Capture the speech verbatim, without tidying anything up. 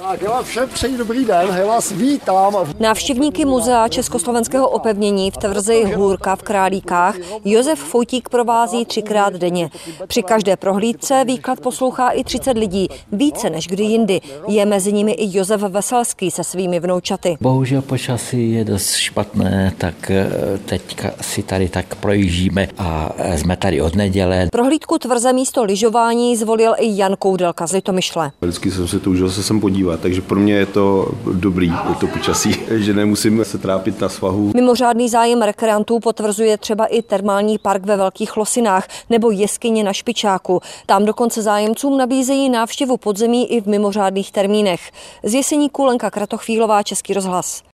Tak já vám všem přeji dobrý den, já vás vítám. Návštěvníky muzea československého opevnění v tvrzi Hůrka v Králíkách Josef Fojtík provází třikrát denně. Při každé prohlídce výklad poslouchá i třicet lidí, více než kdy jindy. Je mezi nimi i Josef Veselský se svými vnoučaty. Bohužel počasí je dost špatné, tak teďka si tady tak projíždíme a jsme tady od neděle. Prohlídku tvrze místo lyžování zvolil i Jan Koudelka z Litomyšle. Vždycky jsem se toužil se sem podívat, takže pro mě je to dobrý, je to počasí, že nemusím se trápit na svahu. Mimořádný zájem rekreantů potvrzuje třeba i termální park ve Velkých Losinách nebo jeskyně na Špičáku. Tam dokonce zájemcům nabízejí návštěvu podzemí i v mimořádných termínech. Z Jeseníku Lenka Kratochvílová, Český rozhlas.